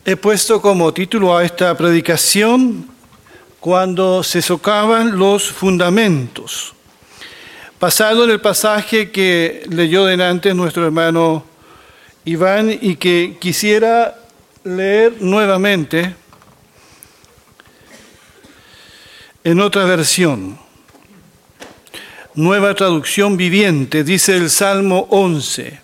He puesto como título a esta predicación cuando se socavan los fundamentos. Basado en el pasaje que leyó delante nuestro hermano Iván y que quisiera leer nuevamente en otra versión. Nueva traducción viviente, dice el Salmo 11.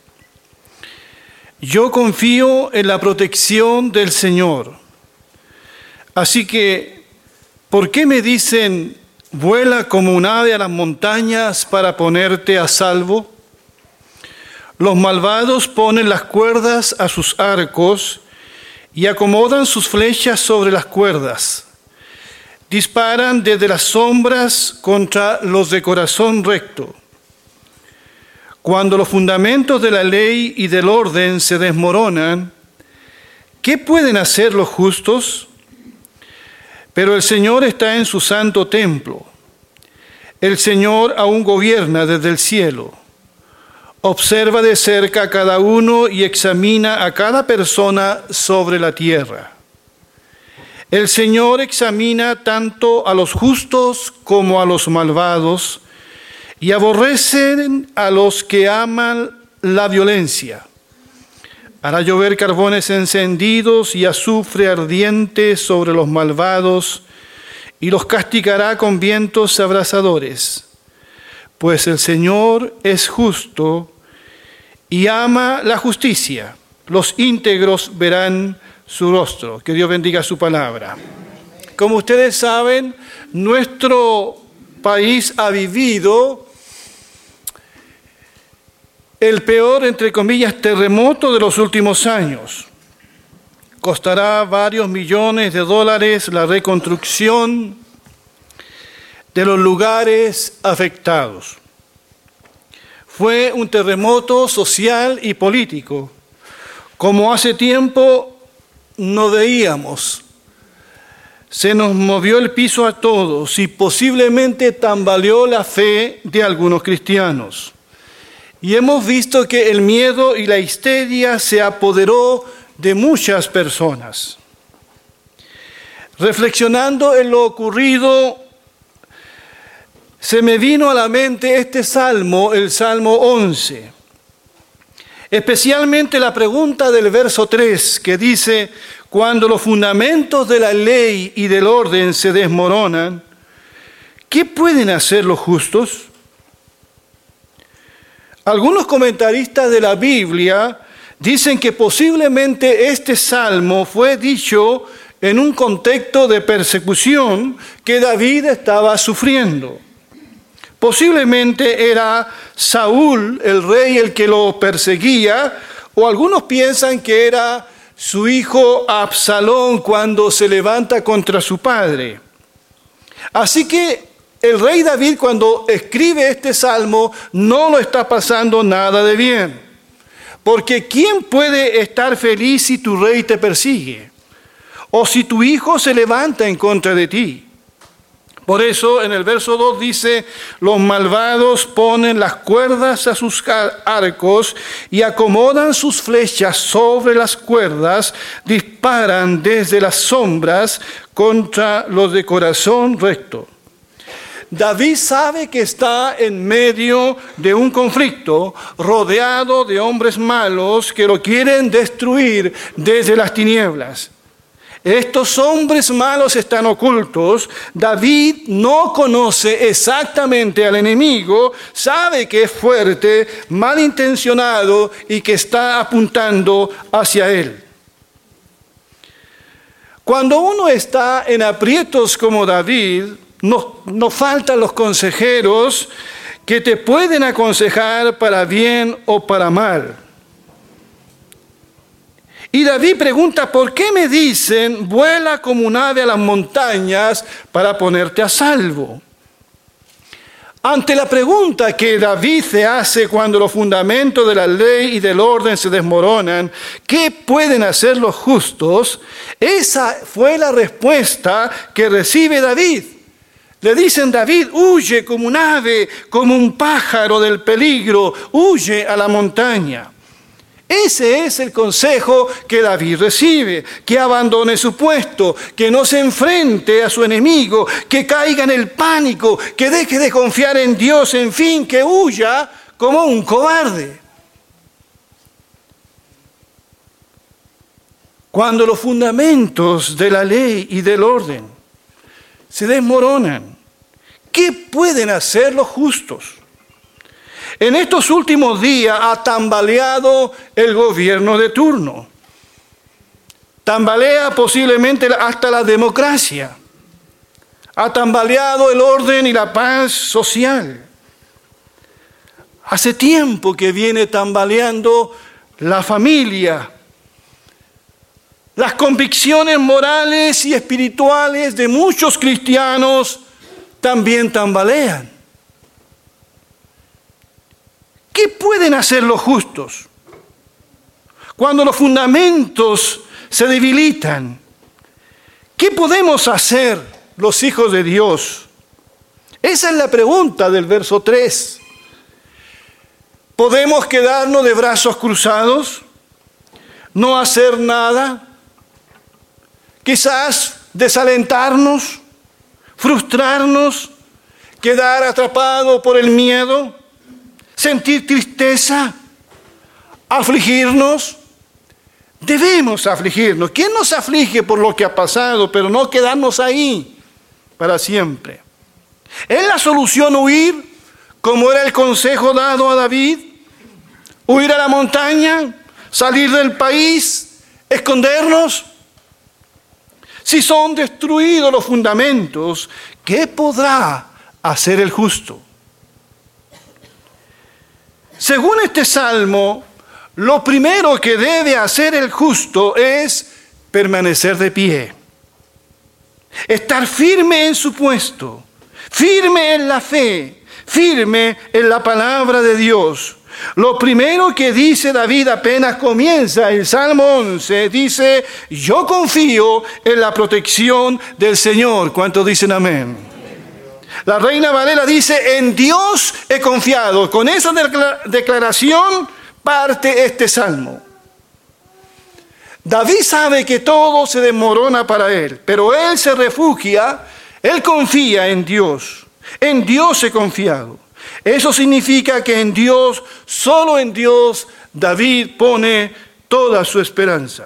Yo confío en la protección del Señor. Así que, ¿por qué me dicen, vuela como un ave a las montañas para ponerte a salvo? Los malvados ponen las cuerdas a sus arcos y acomodan sus flechas sobre las cuerdas. Disparan desde las sombras contra los de corazón recto. Cuando los fundamentos de la ley y del orden se desmoronan, ¿qué pueden hacer los justos? Pero el Señor está en su santo templo. El Señor aún gobierna desde el cielo. Observa de cerca a cada uno y examina a cada persona sobre la tierra. El Señor examina tanto a los justos como a los malvados, y aborrecen a los que aman la violencia. Hará llover carbones encendidos y azufre ardiente sobre los malvados, y los castigará con vientos abrasadores. Pues el Señor es justo y ama la justicia. Los íntegros verán su rostro. Que Dios bendiga su palabra. Como ustedes saben, nuestro país ha vivido el peor, entre comillas, terremoto de los últimos años. Costará varios millones de dólares la reconstrucción de los lugares afectados. Fue un terremoto social y político, como hace tiempo no veíamos. Se nos movió el piso a todos y posiblemente tambaleó la fe de algunos cristianos. Y hemos visto que el miedo y la histeria se apoderó de muchas personas. Reflexionando en lo ocurrido, se me vino a la mente este salmo, el Salmo 11. Especialmente la pregunta del verso 3, que dice, cuando los fundamentos de la ley y del orden se desmoronan, ¿qué pueden hacer los justos? Algunos comentaristas de la Biblia dicen que posiblemente este salmo fue dicho en un contexto de persecución que David estaba sufriendo. Posiblemente era Saúl, el rey, el que lo perseguía, o algunos piensan que era su hijo Absalón cuando se levanta contra su padre. Así que el rey David, cuando escribe este salmo, no lo está pasando nada de bien. Porque ¿quién puede estar feliz si tu rey te persigue? O si tu hijo se levanta en contra de ti. Por eso en el verso 2 dice, los malvados ponen las cuerdas a sus arcos y acomodan sus flechas sobre las cuerdas, disparan desde las sombras contra los de corazón recto. David sabe que está en medio de un conflicto, rodeado de hombres malos que lo quieren destruir desde las tinieblas. Estos hombres malos están ocultos. David no conoce exactamente al enemigo, sabe que es fuerte, malintencionado y que está apuntando hacia él. Cuando uno está en aprietos como David, no faltan los consejeros que te pueden aconsejar para bien o para mal. Y David pregunta, ¿por qué me dicen, vuela como un ave a las montañas para ponerte a salvo? Ante la pregunta que David se hace cuando los fundamentos de la ley y del orden se desmoronan, ¿qué pueden hacer los justos? Esa fue la respuesta que recibe David. Le dicen, David, huye como un ave, como un pájaro del peligro, huye a la montaña. Ese es el consejo que David recibe, que abandone su puesto, que no se enfrente a su enemigo, que caiga en el pánico, que deje de confiar en Dios, en fin, que huya como un cobarde. Cuando los fundamentos de la ley y del orden se desmoronan, ¿qué pueden hacer los justos? En estos últimos días ha tambaleado el gobierno de turno. Tambalea posiblemente hasta la democracia. Ha tambaleado el orden y la paz social. Hace tiempo que viene tambaleando la familia. Las convicciones morales y espirituales de muchos cristianos también tambalean. ¿Qué pueden hacer los justos cuando los fundamentos se debilitan? ¿Qué podemos hacer los hijos de Dios? Esa es la pregunta del verso 3. ¿Podemos quedarnos de brazos cruzados? ¿No hacer nada? Quizás desalentarnos, frustrarnos, quedar atrapados por el miedo, sentir tristeza, afligirnos. Debemos afligirnos. ¿Quién nos aflige por lo que ha pasado, pero no quedarnos ahí para siempre? ¿Es la solución huir, como era el consejo dado a David? ¿Huir a la montaña? ¿Salir del país? ¿Escondernos? Si son destruidos los fundamentos, ¿qué podrá hacer el justo? Según este salmo, lo primero que debe hacer el justo es permanecer de pie. Estar firme en su puesto, firme en la fe, firme en la palabra de Dios. Lo primero que dice David apenas comienza el Salmo 11, dice: yo confío en la protección del Señor. ¿Cuántos dicen amén? La Reina Valera dice: en Dios he confiado. Con esa declaración parte este salmo. David sabe que todo se desmorona para él, pero él se refugia, él confía en Dios. En Dios he confiado. Eso significa que en Dios, solo en Dios, David pone toda su esperanza.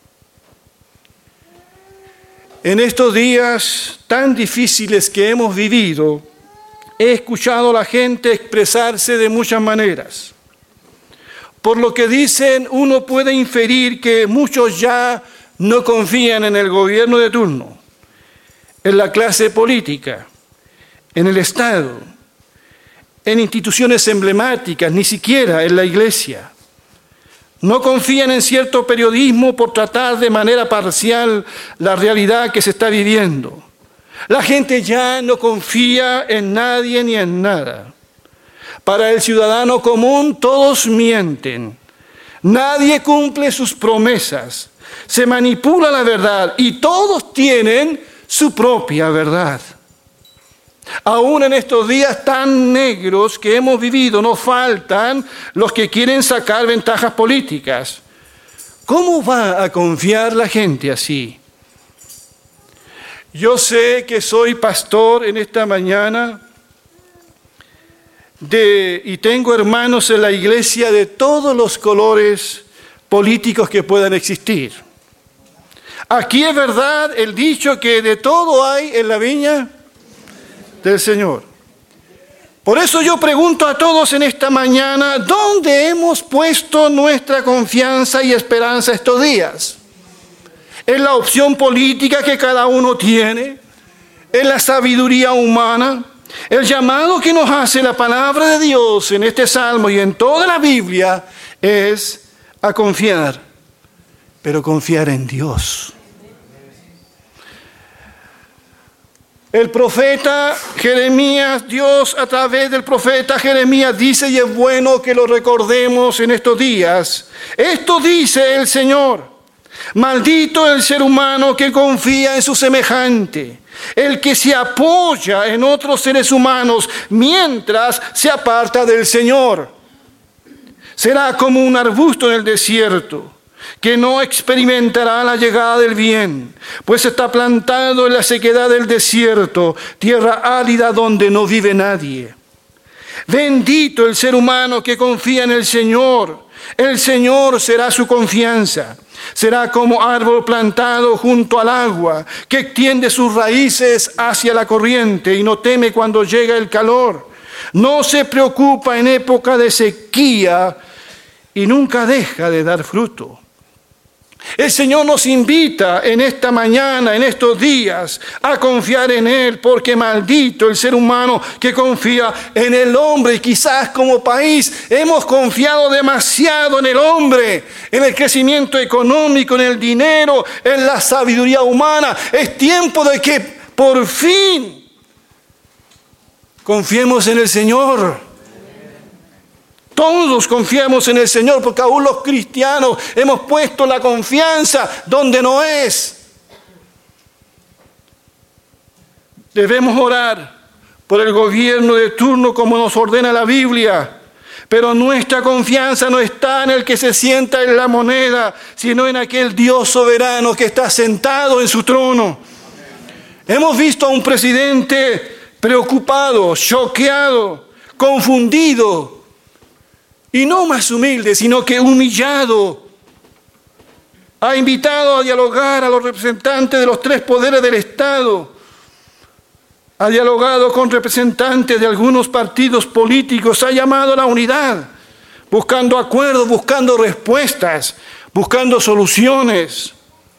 En estos días tan difíciles que hemos vivido, he escuchado a la gente expresarse de muchas maneras. Por lo que dicen, uno puede inferir que muchos ya no confían en el gobierno de turno, en la clase política, en el Estado, en instituciones emblemáticas, ni siquiera en la iglesia. No confían en cierto periodismo por tratar de manera parcial la realidad que se está viviendo. La gente ya no confía en nadie ni en nada. Para el ciudadano común todos mienten. Nadie cumple sus promesas. Se manipula la verdad y todos tienen su propia verdad. Aún en estos días tan negros que hemos vivido, nos faltan los que quieren sacar ventajas políticas. ¿Cómo va a confiar la gente así? Yo sé que soy pastor en esta mañana y tengo hermanos en la iglesia de todos los colores políticos que puedan existir. Aquí es verdad el dicho que de todo hay en la viña del Señor. Por eso yo pregunto a todos en esta mañana, ¿dónde hemos puesto nuestra confianza y esperanza estos días? ¿En la opción política que cada uno tiene? ¿En la sabiduría humana? El llamado que nos hace la palabra de Dios en este salmo y en toda la Biblia es a confiar, pero confiar en Dios. El profeta Jeremías, Dios a través del profeta Jeremías dice, y es bueno que lo recordemos en estos días, esto dice el Señor: maldito el ser humano que confía en su semejante, el que se apoya en otros seres humanos mientras se aparta del Señor. Será como un arbusto en el desierto, que no experimentará la llegada del bien, pues está plantado en la sequedad del desierto, tierra árida donde no vive nadie. Bendito el ser humano que confía en el Señor será su confianza. Será como árbol plantado junto al agua, que extiende sus raíces hacia la corriente y no teme cuando llega el calor. No se preocupa en época de sequía y nunca deja de dar fruto. El Señor nos invita en esta mañana, en estos días, a confiar en Él, porque maldito el ser humano que confía en el hombre. Y quizás como país hemos confiado demasiado en el hombre, en el crecimiento económico, en el dinero, en la sabiduría humana. Es tiempo de que por fin confiemos en el Señor. Todos confiamos en el Señor, porque aún los cristianos hemos puesto la confianza donde no es. Debemos orar por el gobierno de turno como nos ordena la Biblia, pero nuestra confianza no está en el que se sienta en la moneda, sino en aquel Dios soberano que está sentado en su trono. Hemos visto a un presidente preocupado, choqueado, confundido, y no más humilde, sino que humillado. Ha invitado a dialogar a los representantes de los tres poderes del Estado. Ha dialogado con representantes de algunos partidos políticos. Ha llamado a la unidad, buscando acuerdos, buscando respuestas, buscando soluciones.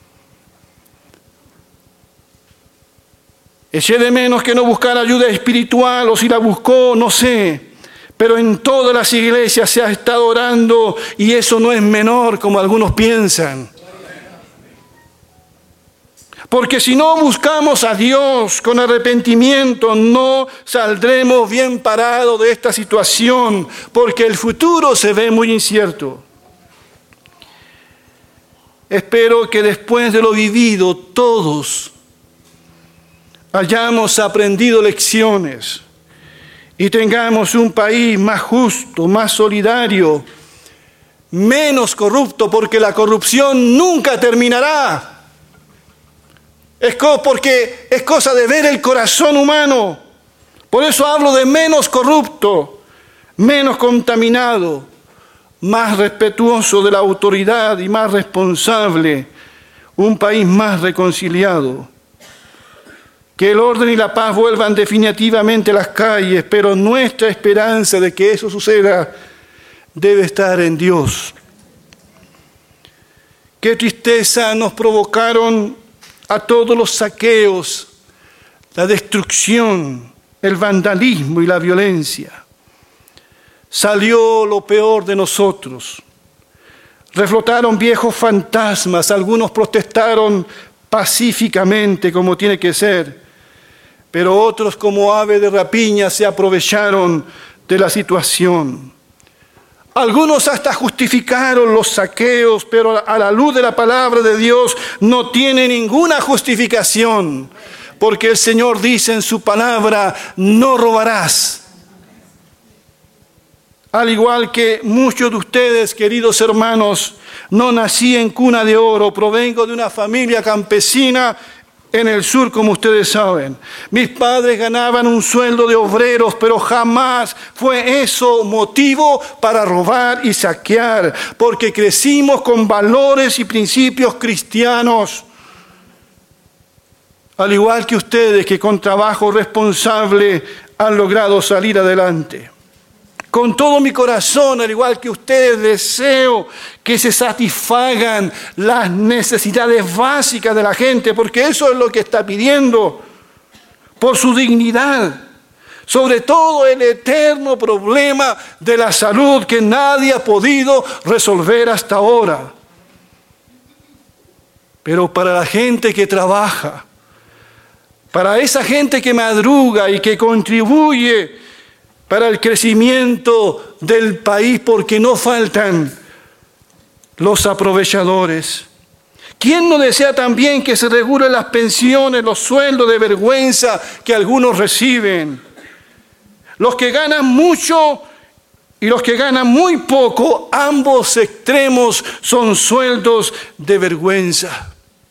Eché de menos que no buscara ayuda espiritual, o si la buscó, no sé. Pero en todas las iglesias se ha estado orando, y eso no es menor como algunos piensan. Porque si no buscamos a Dios con arrepentimiento, no saldremos bien parados de esta situación, porque el futuro se ve muy incierto. Espero que después de lo vivido todos hayamos aprendido lecciones y tengamos un país más justo, más solidario, menos corrupto, porque la corrupción nunca terminará. Porque es cosa de ver el corazón humano. Por eso hablo de menos corrupto, menos contaminado, más respetuoso de la autoridad y más responsable, un país más reconciliado. Que el orden y la paz vuelvan definitivamente a las calles, pero nuestra esperanza de que eso suceda debe estar en Dios. Qué tristeza nos provocaron a todos los saqueos, la destrucción, el vandalismo y la violencia. Salió lo peor de nosotros. Reflotaron viejos fantasmas, algunos protestaron pacíficamente como tiene que ser, pero otros como ave de rapiña se aprovecharon de la situación. Algunos hasta justificaron los saqueos, pero a la luz de la palabra de Dios no tiene ninguna justificación, porque el Señor dice en su palabra: no robarás. Al igual que muchos de ustedes, queridos hermanos, no nací en cuna de oro, provengo de una familia campesina en el sur, como ustedes saben. Mis padres ganaban un sueldo de obreros, pero jamás fue eso motivo para robar y saquear, porque crecimos con valores y principios cristianos. Al igual que ustedes, que con trabajo responsable han logrado salir adelante. Con todo mi corazón, al igual que ustedes, deseo que se satisfagan las necesidades básicas de la gente, porque eso es lo que está pidiendo, por su dignidad. Sobre todo el eterno problema de la salud que nadie ha podido resolver hasta ahora. Pero para la gente que trabaja, para esa gente que madruga y que contribuye para el crecimiento del país, porque no faltan los aprovechadores. ¿Quién no desea también que se regulen las pensiones, los sueldos de vergüenza que algunos reciben? Los que ganan mucho y los que ganan muy poco, ambos extremos son sueldos de vergüenza.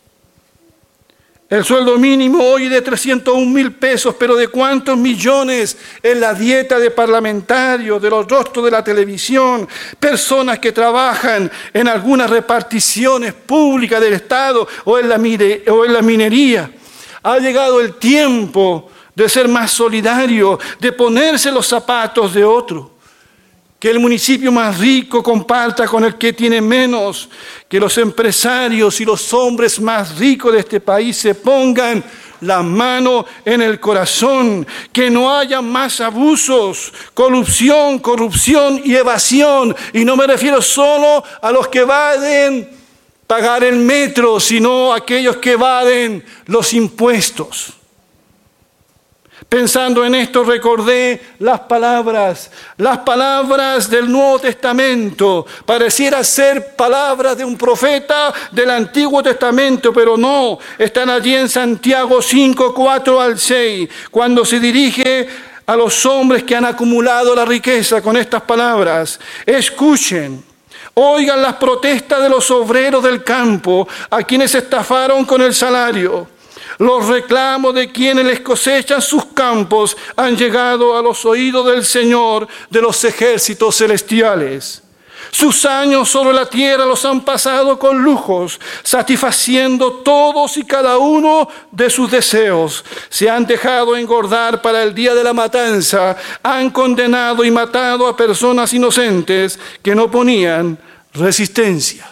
El sueldo mínimo hoy es de 301,000 pesos, pero ¿de cuántos millones es la dieta de parlamentarios, de los rostros de la televisión, personas que trabajan en algunas reparticiones públicas del Estado o en la minería? Ha llegado el tiempo de ser más solidario, de ponerse los zapatos de otro. Que el municipio más rico comparta con el que tiene menos, que los empresarios y los hombres más ricos de este país se pongan la mano en el corazón, que no haya más abusos, corrupción y evasión. Y no me refiero solo a los que evaden pagar el metro, sino a aquellos que evaden los impuestos. Pensando en esto, recordé las palabras del Nuevo Testamento. Pareciera ser palabras de un profeta del Antiguo Testamento, pero no. Están allí en Santiago 5, 4 al 6, cuando se dirige a los hombres que han acumulado la riqueza con estas palabras. Escuchen, oigan las protestas de los obreros del campo, a quienes estafaron con el salario. Los reclamos de quienes les cosechan sus campos han llegado a los oídos del Señor de los ejércitos celestiales. Sus años sobre la tierra los han pasado con lujos, satisfaciendo todos y cada uno de sus deseos. Se han dejado engordar para el día de la matanza, han condenado y matado a personas inocentes que no ponían resistencia.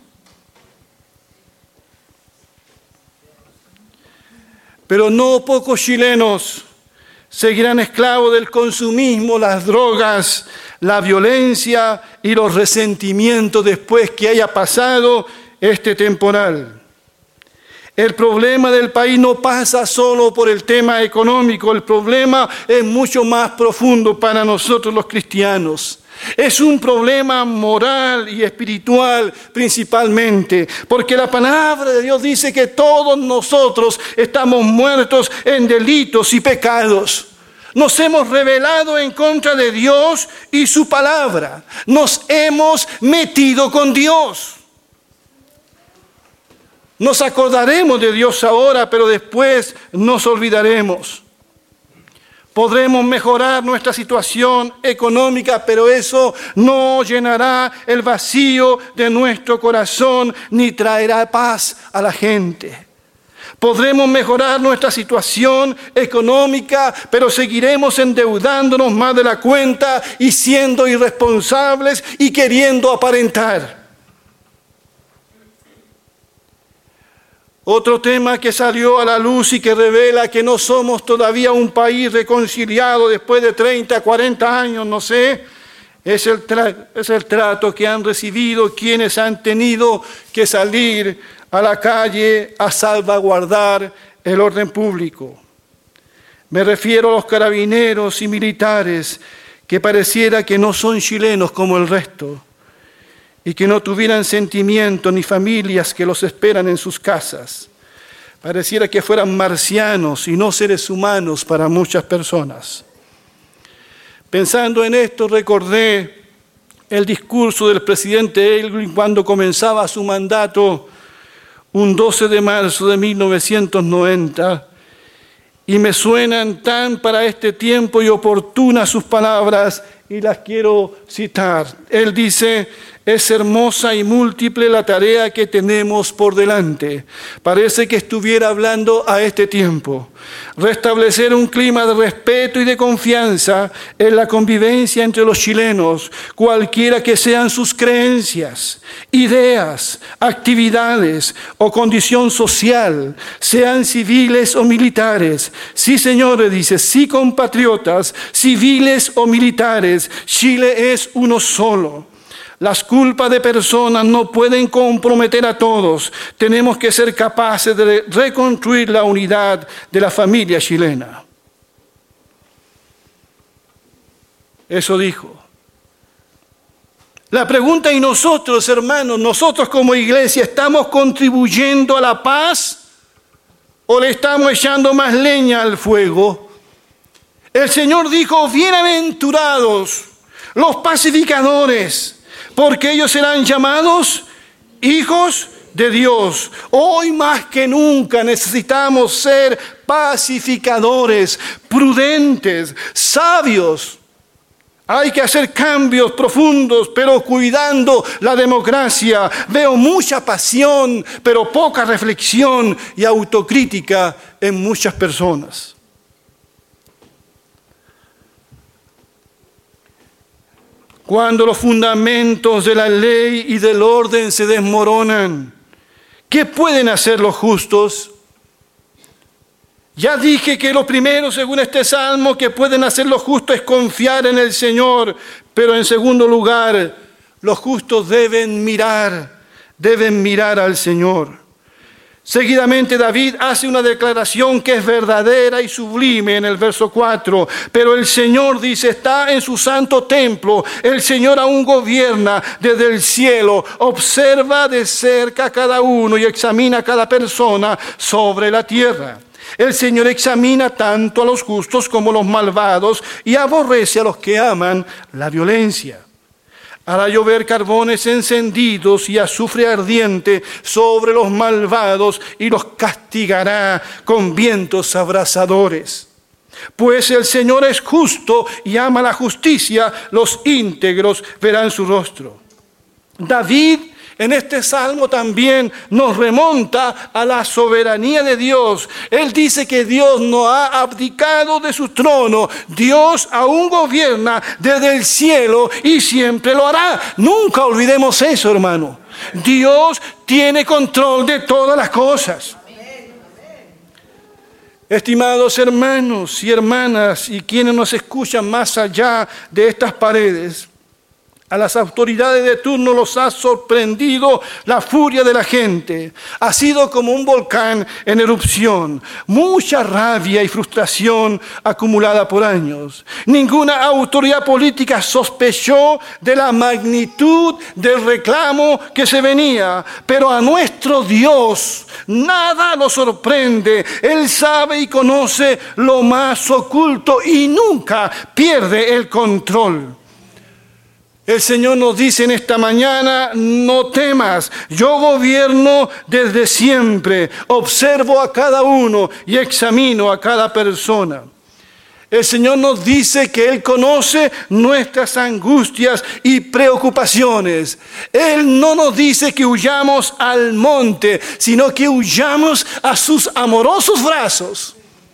Pero no pocos chilenos seguirán esclavos del consumismo, las drogas, la violencia y los resentimientos después que haya pasado este temporal. El problema del país no pasa solo por el tema económico, el problema es mucho más profundo para nosotros los cristianos. Es un problema moral y espiritual principalmente, porque la palabra de Dios dice que todos nosotros estamos muertos en delitos y pecados. Nos hemos rebelado en contra de Dios y su palabra. Nos hemos metido con Dios. Nos acordaremos de Dios ahora, pero después nos olvidaremos. Podremos mejorar nuestra situación económica, pero eso no llenará el vacío de nuestro corazón ni traerá paz a la gente. Podremos mejorar nuestra situación económica, pero seguiremos endeudándonos más de la cuenta y siendo irresponsables y queriendo aparentar. Otro tema que salió a la luz y que revela que no somos todavía un país reconciliado después de 30, 40 años, no sé, es el trato que han recibido quienes han tenido que salir a la calle a salvaguardar el orden público. Me refiero a los carabineros y militares que pareciera que no son chilenos como el resto, y que no tuvieran sentimiento ni familias que los esperan en sus casas. Pareciera que fueran marcianos y no seres humanos para muchas personas. Pensando en esto, recordé el discurso del presidente Elwin cuando comenzaba su mandato un 12 de marzo de 1990, y me suenan tan para este tiempo y oportunas sus palabras, y las quiero citar. Él dice: es hermosa y múltiple la tarea que tenemos por delante. Parece que estuviera hablando a este tiempo. Restablecer un clima de respeto y de confianza en la convivencia entre los chilenos, cualquiera que sean sus creencias, ideas, actividades o condición social, sean civiles o militares. Sí, señores, dice, sí, compatriotas, civiles o militares, Chile es uno solo. Las culpas de personas no pueden comprometer a todos. Tenemos que ser capaces de reconstruir la unidad de la familia chilena. Eso dijo. La pregunta, ¿y nosotros, hermanos, nosotros como iglesia, estamos contribuyendo a la paz o le estamos echando más leña al fuego? El Señor dijo: bienaventurados los pacificadores, porque ellos serán llamados hijos de Dios. Hoy más que nunca necesitamos ser pacificadores, prudentes, sabios. Hay que hacer cambios profundos, pero cuidando la democracia. Veo mucha pasión, pero poca reflexión y autocrítica en muchas personas. Cuando los fundamentos de la ley y del orden se desmoronan, ¿qué pueden hacer los justos? Ya dije que lo primero, según este salmo, que pueden hacer los justos es confiar en el Señor. Pero en segundo lugar, los justos deben mirar al Señor. Seguidamente David hace una declaración que es verdadera y sublime en el verso 4. Pero el Señor, dice, está en su santo templo. El Señor aún gobierna desde el cielo. Observa de cerca a cada uno y examina a cada persona sobre la tierra. El Señor examina tanto a los justos como a los malvados y aborrece a los que aman la violencia. Hará llover carbones encendidos y azufre ardiente sobre los malvados y los castigará con vientos abrasadores. Pues el Señor es justo y ama la justicia, los íntegros verán su rostro. David en este salmo también nos remonta a la soberanía de Dios. Él dice que Dios no ha abdicado de su trono. Dios aún gobierna desde el cielo y siempre lo hará. Nunca olvidemos eso, hermano. Dios tiene control de todas las cosas. Estimados hermanos y hermanas y quienes nos escuchan más allá de estas paredes, a las autoridades de turno los ha sorprendido la furia de la gente. Ha sido como un volcán en erupción. Mucha rabia y frustración acumulada por años. Ninguna autoridad política sospechó de la magnitud del reclamo que se venía. Pero a nuestro Dios nada lo sorprende. Él sabe y conoce lo más oculto y nunca pierde el control. El Señor nos dice en esta mañana, no temas, yo gobierno desde siempre, observo a cada uno y examino a cada persona. El Señor nos dice que Él conoce nuestras angustias y preocupaciones. Él no nos dice que huyamos al monte, sino que huyamos a sus amorosos brazos,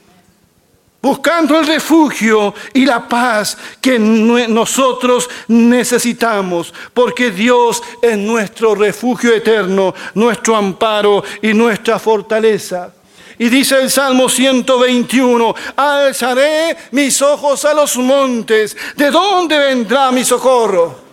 buscando el refugio y la paz que nosotros necesitamos, porque Dios es nuestro refugio eterno, nuestro amparo y nuestra fortaleza. Y dice el Salmo 121, alzaré mis ojos a los montes, ¿de dónde vendrá mi socorro?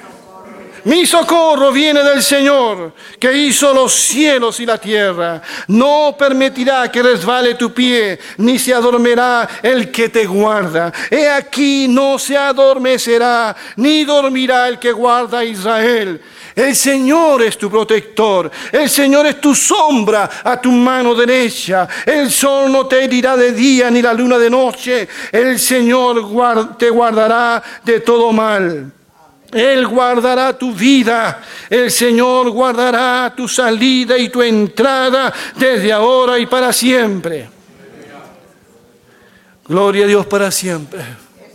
Mi socorro viene del Señor, que hizo los cielos y la tierra. No permitirá que resbale tu pie, ni se adormecerá el que te guarda. He aquí, no se adormecerá, ni dormirá el que guarda a Israel. El Señor es tu protector, el Señor es tu sombra a tu mano derecha. El sol no te herirá de día, ni la luna de noche. El Señor te guardará de todo mal. Él guardará tu vida, el Señor guardará tu salida y tu entrada desde ahora y para siempre. Gloria a Dios para siempre.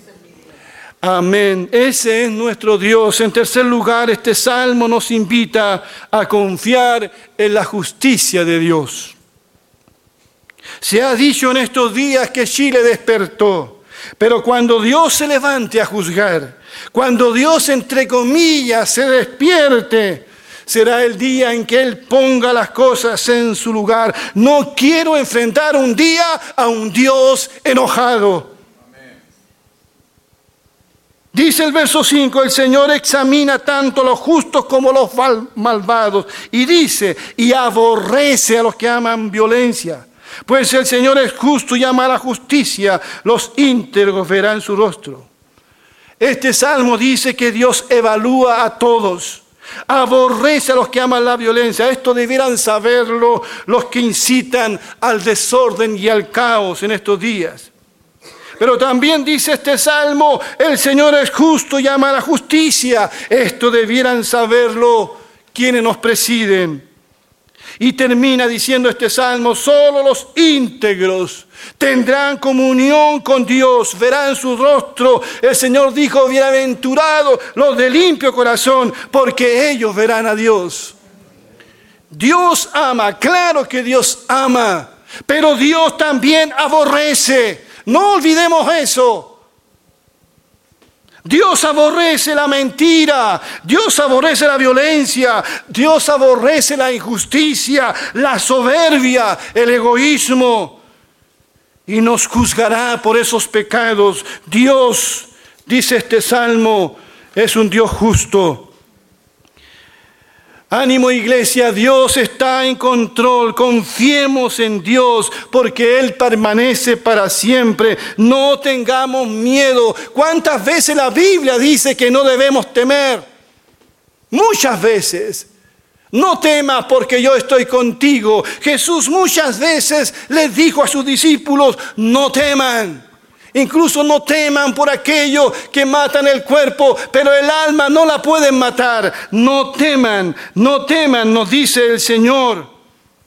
Amén. Ese es nuestro Dios. En tercer lugar, este salmo nos invita a confiar en la justicia de Dios. Se ha dicho en estos días que Chile despertó, pero cuando Dios se levante a juzgar, cuando Dios, entre comillas, se despierte, será el día en que Él ponga las cosas en su lugar. No quiero enfrentar un día a un Dios enojado. Amén. Dice el verso 5, el Señor examina tanto a los justos como a los malvados. Y dice, y aborrece a los que aman violencia. Pues el Señor es justo y ama la justicia, los íntegros verán su rostro. Este salmo dice que Dios evalúa a todos, aborrece a los que aman la violencia. Esto debieran saberlo los que incitan al desorden y al caos en estos días. Pero también dice este salmo, el Señor es justo y ama la justicia. Esto debieran saberlo quienes nos presiden. Y termina diciendo este salmo, solo los íntegros tendrán comunión con Dios, verán su rostro. El Señor dijo, bienaventurados los de limpio corazón, porque ellos verán a Dios. Dios ama, claro que Dios ama, pero Dios también aborrece. No olvidemos eso. Dios aborrece la mentira, Dios aborrece la violencia, Dios aborrece la injusticia, la soberbia, el egoísmo, y nos juzgará por esos pecados. Dios, dice este salmo, es un Dios justo. Ánimo, iglesia, Dios está en control. Confiemos en Dios porque Él permanece para siempre. No tengamos miedo. ¿Cuántas veces la Biblia dice que no debemos temer? Muchas veces. No temas porque yo estoy contigo. Jesús muchas veces les dijo a sus discípulos, no teman. Incluso no teman por aquello que matan el cuerpo, pero el alma no la pueden matar. No teman, nos dice el Señor.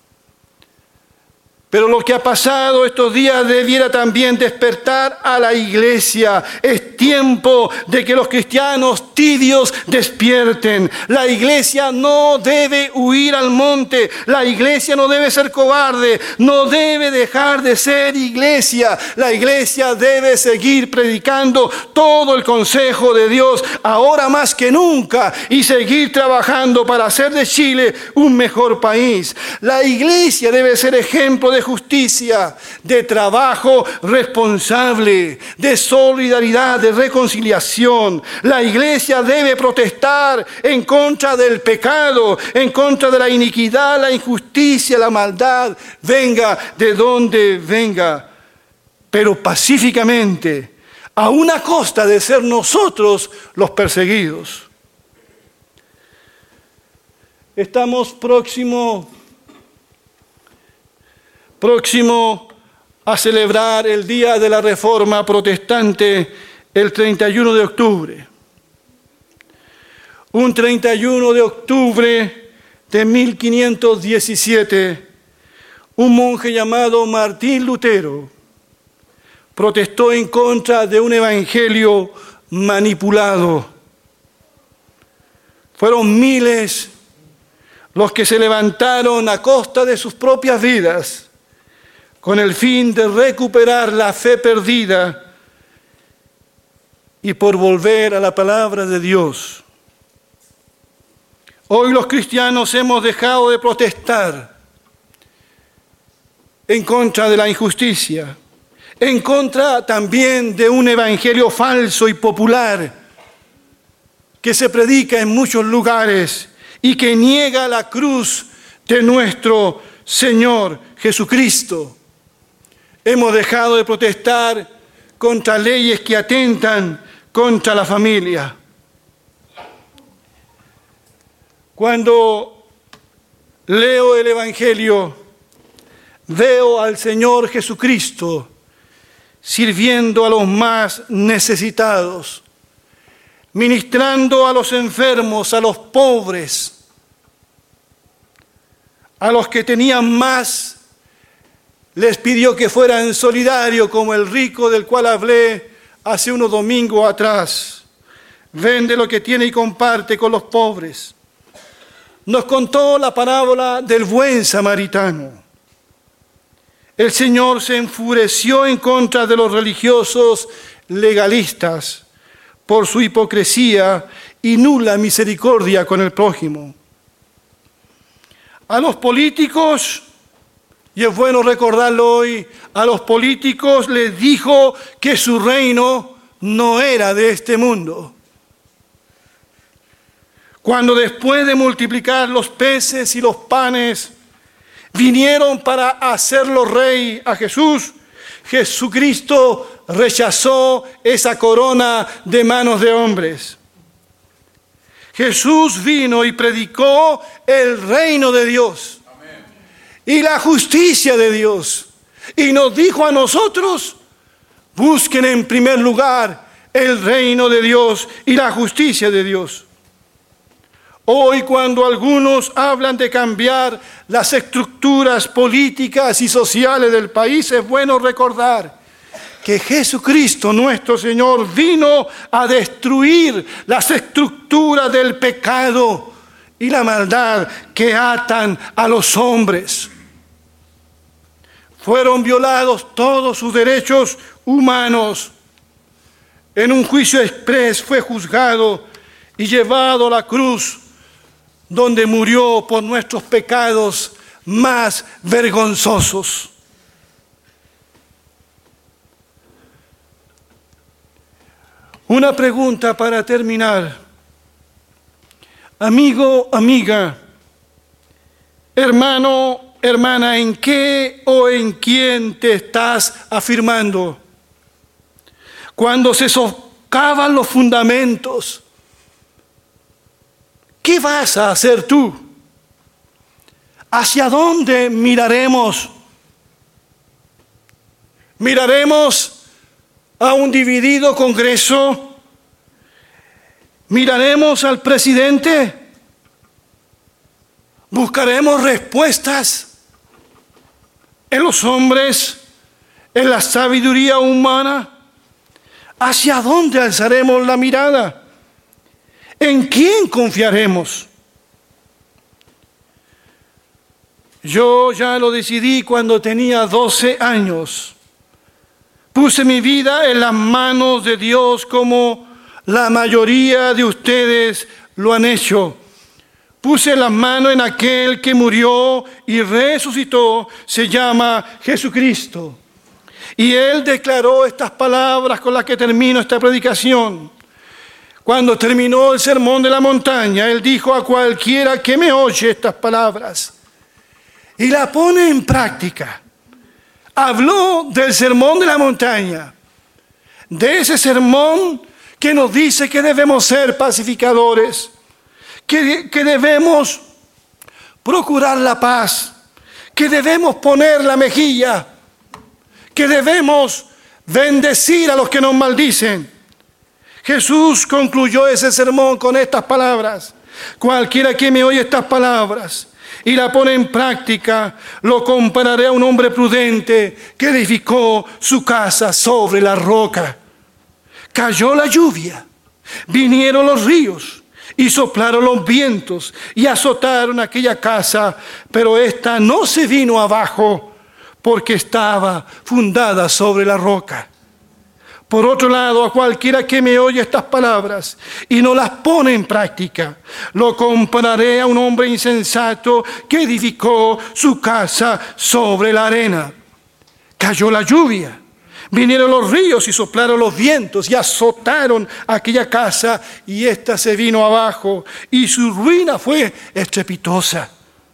Pero lo que ha pasado estos días debiera también despertar a la iglesia. Es tiempo de que los cristianos tibios despierten. La iglesia no debe huir al monte. La iglesia no debe ser cobarde. No debe dejar de ser iglesia. La iglesia debe seguir predicando todo el consejo de Dios, ahora más que nunca, y seguir trabajando para hacer de Chile un mejor país. La iglesia debe ser ejemplo de justicia, de trabajo responsable, de solidaridad, de reconciliación. La iglesia debe protestar en contra del pecado, en contra de la iniquidad, la injusticia, la maldad, venga de donde venga, pero pacíficamente, a una costa de ser nosotros los perseguidos. Estamos próximo a celebrar el Día de la Reforma Protestante, el 31 de octubre. Un 31 de octubre de 1517, un monje llamado Martín Lutero protestó en contra de un evangelio manipulado. Fueron miles los que se levantaron a costa de sus propias vidas con el fin de recuperar la fe perdida y por volver a la palabra de Dios. Hoy los cristianos hemos dejado de protestar en contra de la injusticia, en contra también de un evangelio falso y popular que se predica en muchos lugares y que niega la cruz de nuestro Señor Jesucristo. Hemos dejado de protestar contra leyes que atentan contra la familia. Cuando leo el Evangelio, veo al Señor Jesucristo sirviendo a los más necesitados, ministrando a los enfermos, a los pobres, a los que tenían más. Les pidió que fueran solidarios como el rico del cual hablé hace unos domingos atrás. Vende lo que tiene y comparte con los pobres. Nos contó la parábola del buen samaritano. El Señor se enfureció en contra de los religiosos legalistas por su hipocresía y nula misericordia con el prójimo. A los políticos, y es bueno recordarlo hoy, a los políticos les dijo que su reino no era de este mundo. Cuando después de multiplicar los peces y los panes, vinieron para hacerlo rey a Jesús, Jesucristo rechazó esa corona de manos de hombres. Jesús vino y predicó el reino de Dios. Y la justicia de Dios. Y nos dijo a nosotros, Busquen en primer lugar el reino de Dios y la justicia de Dios. Hoy, cuando algunos hablan de cambiar las estructuras políticas y sociales del país, es bueno recordar que Jesucristo, nuestro Señor, vino a destruir las estructuras del pecado y la maldad que atan a los hombres. Fueron violados todos sus derechos humanos. En un juicio exprés fue juzgado y llevado a la cruz, donde murió por nuestros pecados más vergonzosos. Una pregunta para terminar. Amigo, amiga, hermano, hermana, ¿en qué o en quién te estás afirmando? Cuando se socavan los fundamentos, ¿qué vas a hacer tú? ¿Hacia dónde miraremos? ¿Miraremos a un dividido Congreso? ¿Miraremos al presidente? ¿Buscaremos respuestas en los hombres, en la sabiduría humana? ¿Hacia dónde alzaremos la mirada? ¿En quién confiaremos? Yo ya lo decidí cuando tenía 12 años. Puse mi vida en las manos de Dios como la mayoría de ustedes lo han hecho. Puse las manos en aquel que murió y resucitó, se llama Jesucristo. Y Él declaró estas palabras con las que termino esta predicación. Cuando terminó el sermón de la montaña, Él dijo a cualquiera que me oye estas palabras y la pone en práctica. Habló del sermón de la montaña, de ese sermón que nos dice que debemos ser pacificadores, que debemos procurar la paz, que debemos poner la mejilla, que debemos bendecir a los que nos maldicen. Jesús concluyó ese sermón con estas palabras: cualquiera que me oye estas palabras y la pone en práctica, lo compararé a un hombre prudente que edificó su casa sobre la roca. Cayó la lluvia, vinieron los ríos y soplaron los vientos y azotaron aquella casa, pero ésta no se vino abajo porque estaba fundada sobre la roca. Por otro lado, a cualquiera que me oye estas palabras y no las pone en práctica, lo compararé a un hombre insensato que edificó su casa sobre la arena. Cayó la lluvia, vinieron los ríos y soplaron los vientos y azotaron aquella casa, y ésta se vino abajo, y su ruina fue estrepitosa.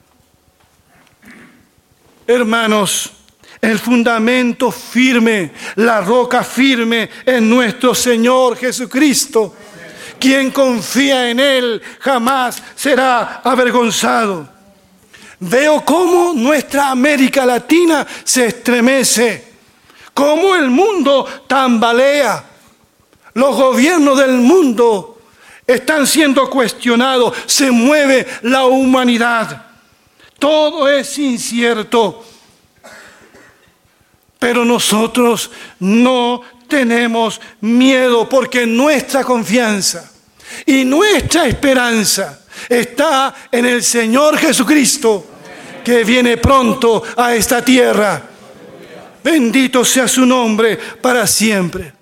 Hermanos, el fundamento firme, la roca firme es nuestro Señor Jesucristo. Quien confía en Él jamás será avergonzado. Veo cómo nuestra América Latina se estremece, cómo el mundo tambalea. Los gobiernos del mundo están siendo cuestionados, se mueve la humanidad. Todo es incierto. Pero nosotros no tenemos miedo, porque nuestra confianza y nuestra esperanza está en el Señor Jesucristo, que viene pronto a esta tierra. Bendito sea su nombre para siempre.